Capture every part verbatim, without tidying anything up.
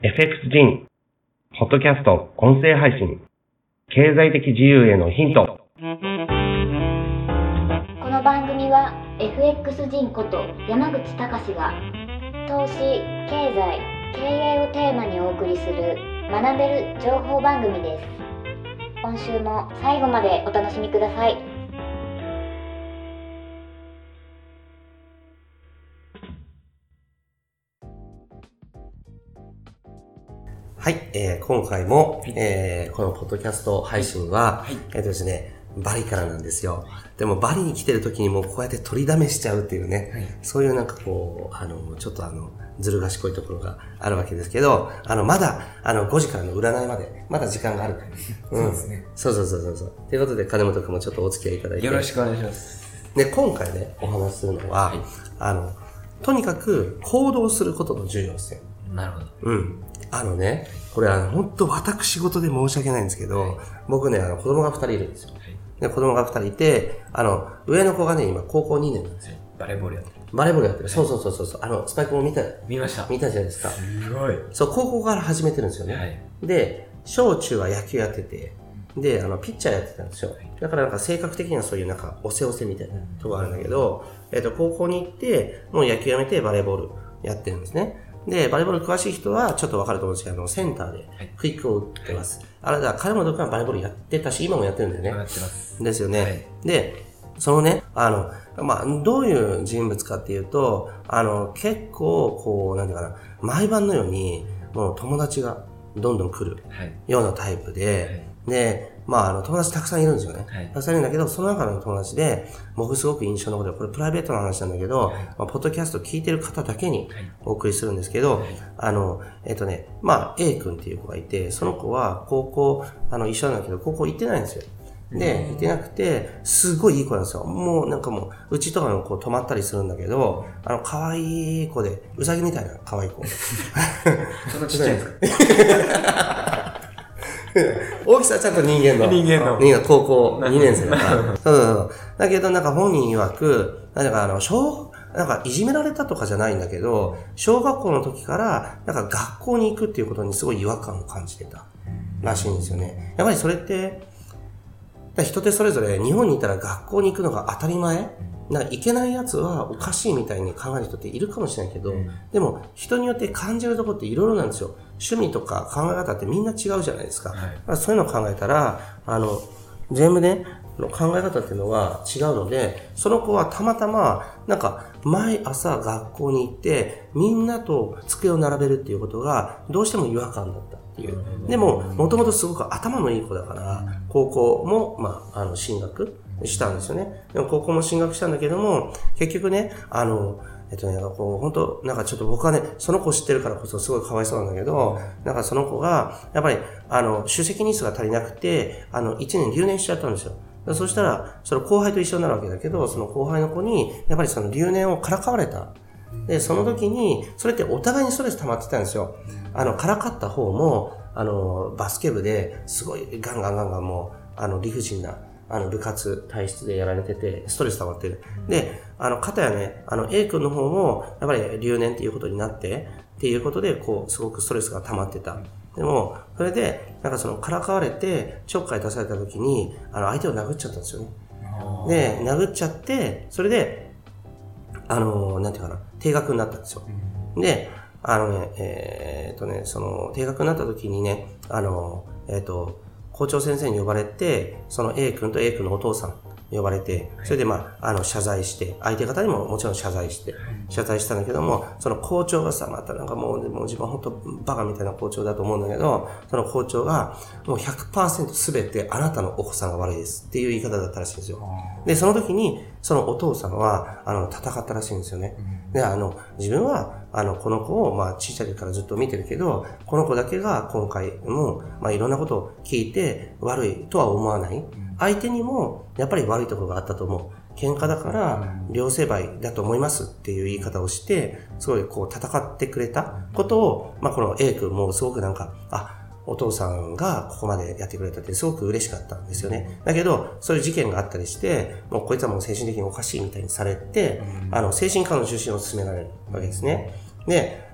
エフエックス ジン、ポッドキャスト、音声配信、経済的自由へのヒント。 この番組は エフエックス ジンこと山口隆が投資、経済、経営をテーマにお送りする学べる情報番組です。今週も最後までお楽しみください。 はい、えー、今回も、えー、このポッドキャスト配信は、はい、えっとですね、バリからなんですよ。でもバリに来てる時にもうこうやって取りだめしちゃうっていうね、はい、そういうなんかこう、あの、ちょっとあの、ずる賢いところがあるわけですけど、あの、まだ、あの、ごじからの占いまで、まだ時間があるから。 うん、そうですね。 そうそうそうそう。ということで、金本くんもちょっとお付き合いいただいて。 よろしくお願いします。 で、今回ね、お話しするのは、はい、あの、とにかく行動することの重要性。 なるほど。 うん。あのね、これは本当私事で申し訳ないんですけど、はい、僕ね、あの子供がふたりいるんですよ。はい、で子供がふたりいて、あの、上の子がね、今高校にねんなんですよ。 バレーボールやってる。 バレーボールやってる。そうそうそうそう。あの、スパイクも見た、 見ました。 見たじゃないですか。 すごい。 そう、高校から始めてるんですよね。はい、で、小中は野球やってて、で、あの、ピッチャーやってたんですよ。だからなんか性格的にはそういうなんか、おせおせみたいなとこがあるんだけど、えっと、高校に行って、もう野球やめてバレーボールやってるんですね。で、バレーボール詳しい人はちょっとわかると思うんですけど、センターでクイックを打ってます。はい、あれだ、金本君はバレーボールやってたし、今もやってるんだよね。 やってます。 ですよね。 はい、 で、そのね、あの、まあ、どういう人物かっていうと、あの、結構、こう、なんていうかな、毎晩のように、もう友達がどんどん来るようなタイプで、はい、で、まあ、あの、友達たくさんいるんですよね。はい、たくさんいるんだけど、その中の友達で、僕すごく印象のことで、これプライベートな話なんだけど、はい、まあ、ポッドキャスト聞いてる方だけにお送りするんですけど、はい、あの、えっとね、まあ、A 君っていう子がいて、その子は高校、あの、一緒なんだけど、高校行ってないんですよ。で、行ってなくて、すごいいい子なんですよ。もうなんかもう、うちとかの子泊まったりするんだけど、あの、可愛い子で、うさぎみたいな可愛い子。 そんなちっちゃいんですか？ 大きさはちゃんと人間の。 人間の。 人間高校にねん生だから。そうそうそう。だけどなんか本人曰く、なんかあの、小、なんかいじめられたとかじゃないんだけど、小学校の時から、なんか学校に行くっていうことにすごい違和感を感じてたらしいんですよね。やっぱりそれって、人ってそれぞれ日本にいたら学校に行くのが当たり前、なんか行けないやつはおかしいみたいに考える人っているかもしれないけど、うん、でも人によって感じるところっていろいろなんですよ。趣味とか考え方ってみんな違うじゃないですか。はい、だからそういうのを考えたら、あの、全部ね、考え方っていうのは違うので、その子はたまたま、なんか、毎朝学校に行って、みんなと机を並べるっていうことが、どうしても違和感だったっていう。でも、もともとすごく頭のいい子だから、高校も、まあ、あの、進学したんですよね。でも、高校も進学したんだけども、結局ね、あの、えっとね、なんかこう、本当なんかちょっと僕はね、その子知ってるからこそすごいかわいそうなんだけど、なんかその子が、やっぱり、あの、出席日数が足りなくて、あの、一年留年しちゃったんですよ。そしたら、その後輩と一緒になるわけだけど、その後輩の子に、やっぱりその留年をからかわれた。で、その時に、それってお互いにストレス溜まってたんですよ。あの、からかった方も、あの、バスケ部ですごいガンガンガンガンもう、あの、理不尽な、あの、部活、体質でやられてて、ストレス溜まってる。で、あの、かたやね、あの、A 君の方も、やっぱり留年っていうことになって、っていうことで、こう、すごくストレスが溜まってた。でも、それで、なんかその、からかわれて、ちょっかい出された時に、あの、相手を殴っちゃったんですよね。で、殴っちゃって、それで、あの、なんていうかな、停学になったんですよ。で、あのね、えー、っとね、その、停学になった時にね、あの、えー、っと、校長先生に呼ばれて、その A 君と A 君のお父さん呼ばれて、それでまあ、あの、謝罪して、相手方にももちろん謝罪して、謝罪したんだけども、その校長がさ、またなんかもう、もう自分は本当バカみたいな校長だと思うんだけど、その校長が、もう ひゃくパーセント 全てあなたのお子さんが悪いですっていう言い方だったらしいんですよ。で、その時に、そのお父さんは、あの、戦ったらしいんですよね。で、あの、自分は、あの、この子を、まあ、小さい時からずっと見てるけど、この子だけが今回も、まあ、いろんなことを聞いて悪いとは思わない。相手にも、やっぱり悪いところがあったと思う。喧嘩だから、両成敗だと思いますっていう言い方をして、すごいこう戦ってくれたことを、まあ、この A 君もすごくなんか、あ、お父さんがここまでやってくれたってすごく嬉しかったんですよね。だけど、そういう事件があったりして、もうこいつはもう精神的におかしいみたいにされて、あの、精神科の受診を勧められるわけですね。で、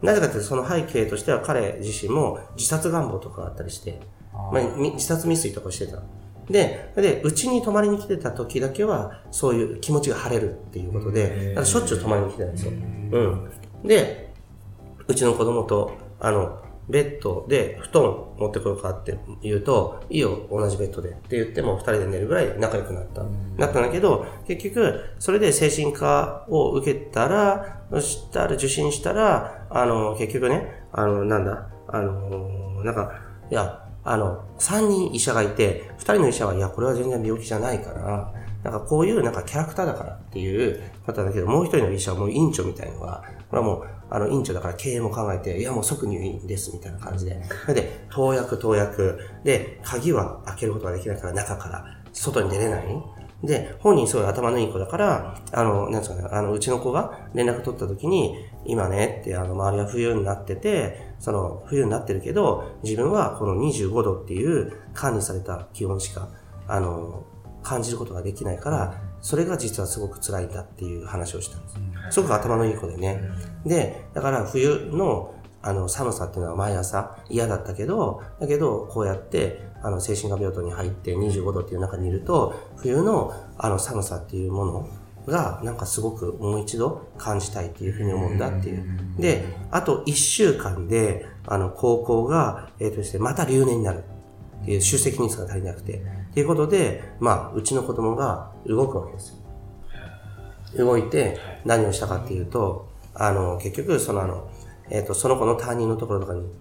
なぜかというとその背景としては彼自身も自殺願望とかがあったりして、まあ、自殺未遂とかしてた。で、で、うちに泊まりに来てた時だけは、そういう気持ちが晴れるっていうことで、だからしょっちゅう泊まりに来てたんですよ。うん。で、うちの子供と、あの、ベッドで布団持ってこようかって言うと、いいよ、同じベッドでって言っても二人で寝るぐらい仲良くなった。なったんだけど、結局、それで精神科を受けたら、そしたら受診したら、あの、結局ね、あの、なんだ、あの、なんか、いや、あの、三人医者がいて、二人の医者は、いや、これは全然病気じゃないから、なんかこういうなんかキャラクターだからっていう方だけど、もう一人の医者はもう院長みたいなのは、これはもう、あの、院長だから経営も考えて、いや、もう即入院です、みたいな感じで。で、投薬、投薬。で、鍵は開けることができないから、中から、外に出れない。で、本人すごい頭のいい子だから、あの、なんですかね、あの、うちの子が連絡取った時に、今ね、って、あの、周りは冬になってて、その、冬になってるけど、自分はこのにじゅうごどっていう管理された気温しか、あの、感じることができないから、それが実はすごく辛いんだっていう話をしたんです。すごく頭のいい子でね。で、だから冬の、あの、寒さっていうのは毎朝嫌だったけど、だけど、こうやって、あの、精神科病棟に入ってにじゅうごどっていう中にいると、冬の、あの、寒さっていうものが、なんかすごくもう一度感じたいっていうふうに思うんだっていう。で、あといっしゅうかんで、あの、高校が、えっとして、また留年になるっていう出席率が足りなくて、っていうことで、まあ、うちの子供が動くわけですよ。動いて、何をしたかっていうと、あの、結局、そのあの、えっと、その子の担任のところとかに行って、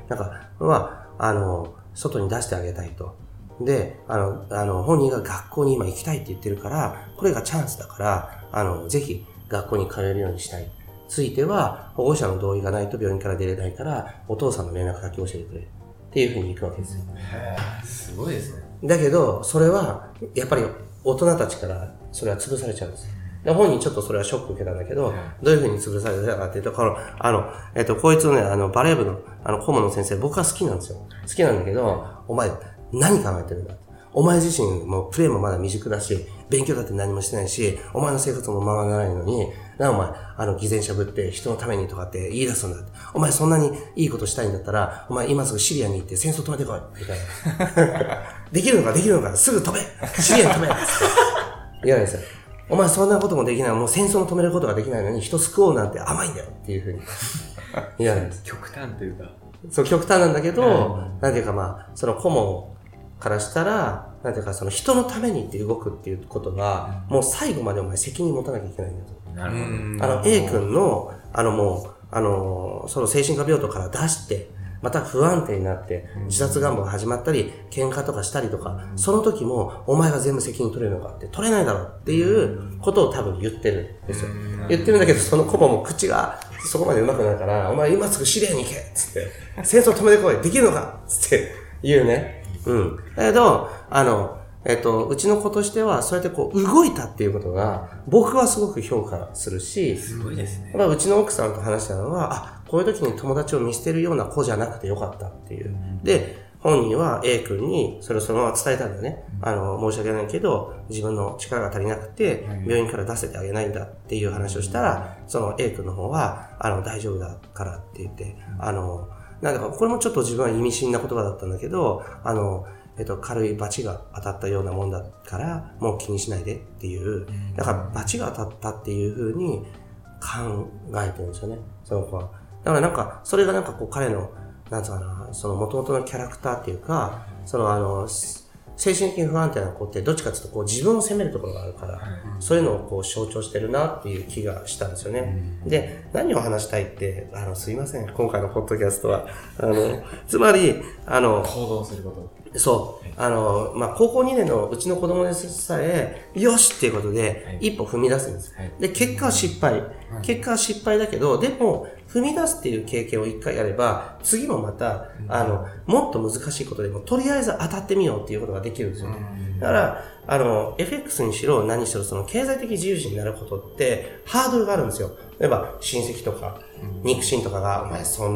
なんか、は、あの、外に出してあげたいと。で、あの、あの、本人が学校に今行きたいって言ってるから、これがチャンスだから、あの、ぜひ学校に通えるようにしたい。ついては、保護者の同意がないと病院から出れないから、お父さんの連絡先教えてくれ。っていうふうに行くわけですよ。 へー、すごいですね。 だけど、それは、やっぱり大人たちからそれは潰されちゃうんです。で本人ちょっとそれはショック受けたんだけど、どういうふうに潰されたかっていうと、この、あの、えっと、こいつのね、あの、バレー部の、あの、顧問の先生、僕は好きなんですよ。好きなんだけど、お前、何考えてるんだ。お前自身もプレーもまだ未熟だし、勉強だって何もしてないし、お前の生活もままならないのに、なお前、あの、偽善者ぶって人のためにとかって言い出すんだ。お前そんなにいいことしたいんだったら、お前今すぐシリアに行って戦争止めてこい。みたいな。できるのかできるのかすぐ飛べシリアに飛べ言わないですよ。お前そんなこともできない。もう戦争も止めることができないのに人救おうなんて甘いんだよっていうふうに言わないです。 極端というか。 そう、極端なんだけど、なんていうかまあ、その顧問からしたら、なんていうかその人のためにって動くっていうことが、もう最後までお前責任持たなきゃいけないんだと。 なるほど。あの A 君の、あのもう、あの、その精神科病棟から出して、また不安定になって、自殺願望が始まったり、喧嘩とかしたりとか、その時も、お前が全部責任取れるのかって、取れないだろうっていうことを多分言ってるんですよ。言ってるんだけど、その顧問も口がそこまで上手くないから、お前今すぐシリアに行けつって、戦争止めてこいできるのかつって言うね。うん。だけど、あの、えっと、うちの子としては、そうやってこう、動いたっていうことが、僕はすごく評価するし、 すごいですね。 まあ、うちの奥さんと話したのは、あ、こういう時に友達を見捨てるような子じゃなくてよかったっていう。で、本人は A 君にそれをそのまま伝えたんだよね。あの、申し訳ないけど、自分の力が足りなくて、病院から出せてあげないんだっていう話をしたら、その A 君の方は、あの、大丈夫だからって言って、あの、なんだか、これもちょっと自分は意味深な言葉だったんだけど、あの、えっと、軽い罰が当たったようなもんだから、もう気にしないでっていう、だから罰が当たったっていう風に考えてるんですよね、その子は。だからなんか、それがなんかこう彼の、なんつうかな、その元々のキャラクターっていうか、そのあの、精神的に不安定な子ってどっちかっていうとこう自分を責めるところがあるから、そういうのをこう象徴してるなっていう気がしたんですよね。で、何を話したいって、あの、すいません、今回のポッドキャストは。あの、つまり、あの、 行動すること。 そう。あの、まあ、高校にねんのうちの子供でさえ、よしっていうことで、一歩踏み出すんです。はい、で、結果は失敗。はい、結果は失敗だけど、でも、踏み出すっていう経験を一回やれば、次もまた、あの、もっと難しいことでも、とりあえず当たってみようっていうことができるんですよね。だから、あの、エフエックス にしろ何しろその経済的自由人になることって、ハードルがあるんですよ。例えば、親戚とか、肉親とかが、お前そんな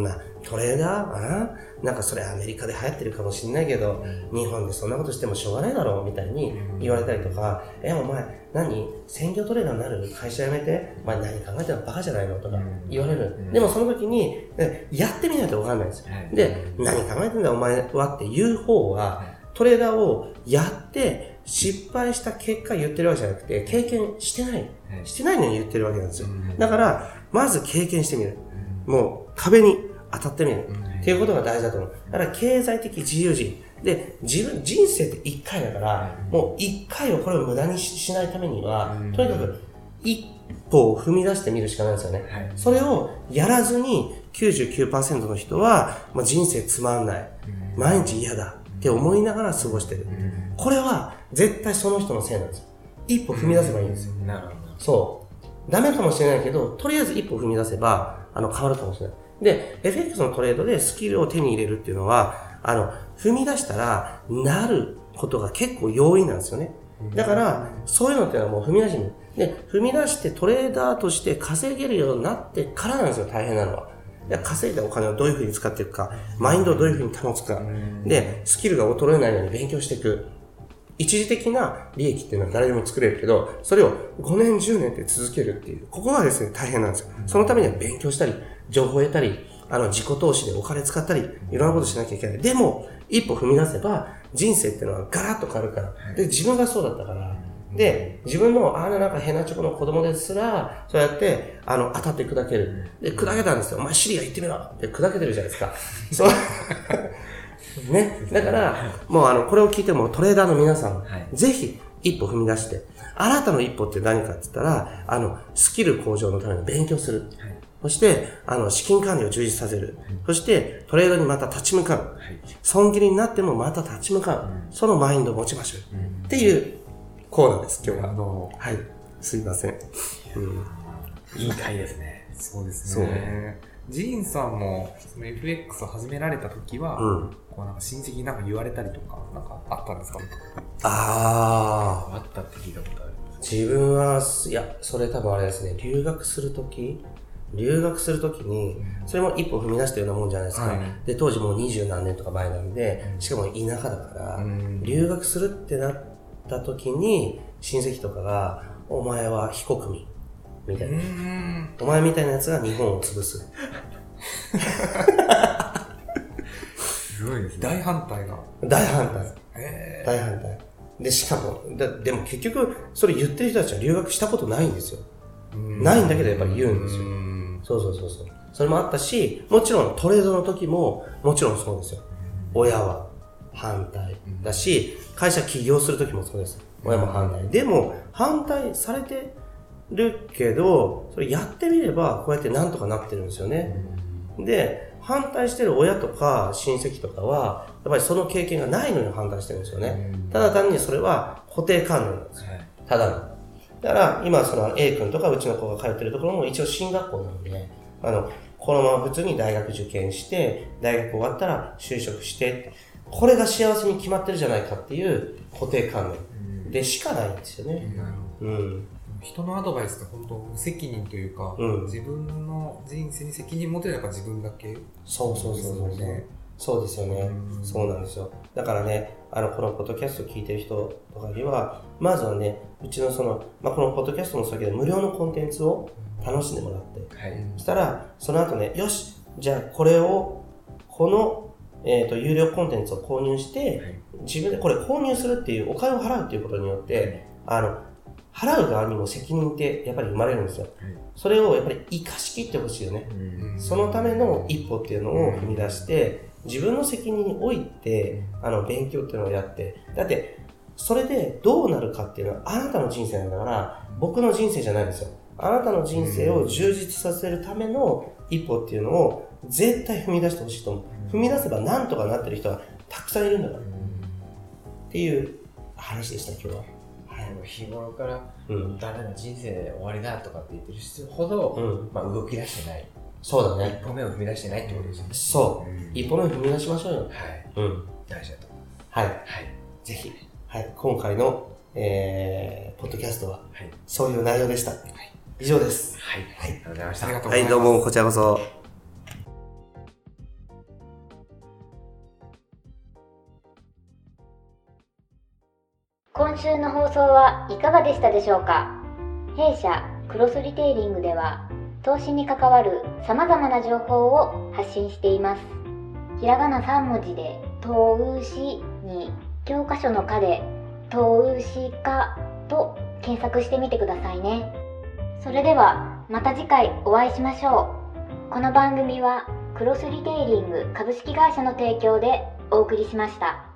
トレーダーあなんかそれアメリカで流行ってるかもしんないけど、うん、日本でそんなことしてもしょうがないだろうみたいに言われたりとか、うん、え、お前何専業トレーダーになる会社辞めて、お前何考えてるのバカじゃないのとか言われる。うん、でもその時に、やってみないとわかんないんですよ。うん、で、何考えてんだお前はって言う方は、トレーダーをやって失敗した結果言ってるわけじゃなくて、経験してない。してないのに言ってるわけなんですよ。だから、まず経験してみる。もう壁に当たってみる。っていうことが大事だと思う。だから経済的自由人。で、自分、人生って一回だから、もう一回をこれを無駄にしないためには、とにかく一歩を踏み出してみるしかないんですよね。それをやらずに きゅうじゅうきゅうパーセント の人は、まあ、人生つまんない。毎日嫌だって思いながら過ごしてる。これは絶対その人のせいなんですよ。一歩踏み出せばいいんですよ。 なるほど。 そう。ダメかもしれないけど、とりあえず一歩踏み出せば、あの、変わるかもしれない。で、エフエックス のトレードでスキルを手に入れるっていうのは、あの、踏み出したら、なることが結構容易なんですよね。だから、そういうのってのはもう踏み出してみる。で、踏み出してトレーダーとして稼げるようになってからなんですよ、大変なのは。いや稼いだお金をどういうふうに使っていくか、マインドをどういうふうに保つか、で、スキルが衰えないように勉強していく。一時的な利益っていうのは誰でも作れるけど、それをごねん、じゅうねんって続けるっていう、ここがですね、大変なんですよ。そのためには勉強したり、情報を得たり、あの、自己投資でお金使ったり、いろんなことしなきゃいけない。でも、一歩踏み出せば、人生っていうのはガラッと変わるから。で、自分がそうだったから。で、自分の、あのなんか変なチョコの子供ですら、そうやって、あの、当たって砕ける。で、砕けたんですよ。お前、シリア行ってみろって砕けてるじゃないですか。そう。ね。だから、もうあの、これを聞いてもトレーダーの皆さん、はい、ぜひ一歩踏み出して、あなたの一歩って何かって言ったら、あの、スキル向上のために勉強する。はい、そして、あの、資金管理を充実させる。はい、そして、トレードにまた立ち向かう。はい、損切りになってもまた立ち向かう。はい、そのマインドを持ちましょう。はい、っていうコーナーです、今日は。はい。すいません。 うん、いい回ですね。そうですね。ジーンさんもその エフエックス を始められた時は、うん、こうなんか親戚になんか言われたりとか、なんかあったんですか？ ああ。 あったって聞いたことある。 自分は、いや、それ多分あれですね、留学するとき留学するときに、それも一歩踏み出したようなもんじゃないですか。はい、で、当時もう二十何年とか前なんで、しかも田舎だから、うん、留学するってなったときに、親戚とかが、お前は非国民。みたいな。お前みたいなやつが日本を潰す。 すごいですね。大反対が。 大反対。へー大反対。で、しかも、だでも結局、それ言ってる人たちは留学したことないんですよ。ないんだけどやっぱり言うんですよ。そうそうそうそう。それもあったし、もちろんトレードの時も、もちろんそうですよ。親は反対だし、会社起業する時もそうです。親も反対。でも、反対されて、るけど、それやってみればこうやってなんとかなってるんですよね。で、反対してる親とか親戚とかは、やっぱりその経験がないのに反対してるんですよね。ただ単にそれは固定観念なんですよ。ただの。だから今その A 君とかうちの子が通ってるところも一応進学校なので、あの、このまま普通に大学受験して、大学終わったら就職して、これが幸せに決まってるじゃないかっていう固定観念でしかないんですよね。うん。 人のアドバイスって本当無責任というか、うん、自分の人生に責任持てるのは自分だけ。 そうそうそうそう。そうですよね。うそうなんですよ。だからね、あの、このポッドキャスト聞いてる人とかには、まずはね、うちのその、まあ、このポッドキャストもそうだけど、無料のコンテンツを楽しんでもらって、はい、そしたら、その後ね、よし、じゃあこれを、この、えっと、有料コンテンツを購入して、はい、自分でこれ購入するっていう、お金を払うっていうことによって、あの、払う側にも責任ってやっぱり生まれるんですよ。うん、それをやっぱり生かしきってほしいよね。うん、そのための一歩っていうのを踏み出して、自分の責任において、あの、勉強っていうのをやって、だって、それでどうなるかっていうのはあなたの人生なんだから、僕の人生じゃないんですよ。あなたの人生を充実させるための一歩っていうのを絶対踏み出してほしいと思う。踏み出せばなんとかなってる人はたくさんいるんだから。っていう話でした、今日は。 日頃から、うん、ダメな人生終わりだとかって言ってる人ほど、うんまあ、動き出してない。 そうだね。 一歩目を踏み出してないってことですよね。 そう。うん、一歩目を踏み出しましょうよ。はい。 うん。大事だと思います。 はい。はい。ぜひ。はい。今回の、えー、ポッドキャストは、はい、そういう内容でした。はい。以上です。 はい。はい。ありがとうございました。 はい、どうも、こちらこそ。 今週の放送はいかがでしたでしょうか。弊社クロスリテイリングでは投資に関わる様々な情報を発信しています。ひらがなさん文字で投資に教科書の科で投資家と検索してみてくださいね。それではまた次回お会いしましょう。この番組はクロスリテイリング株式会社の提供でお送りしました。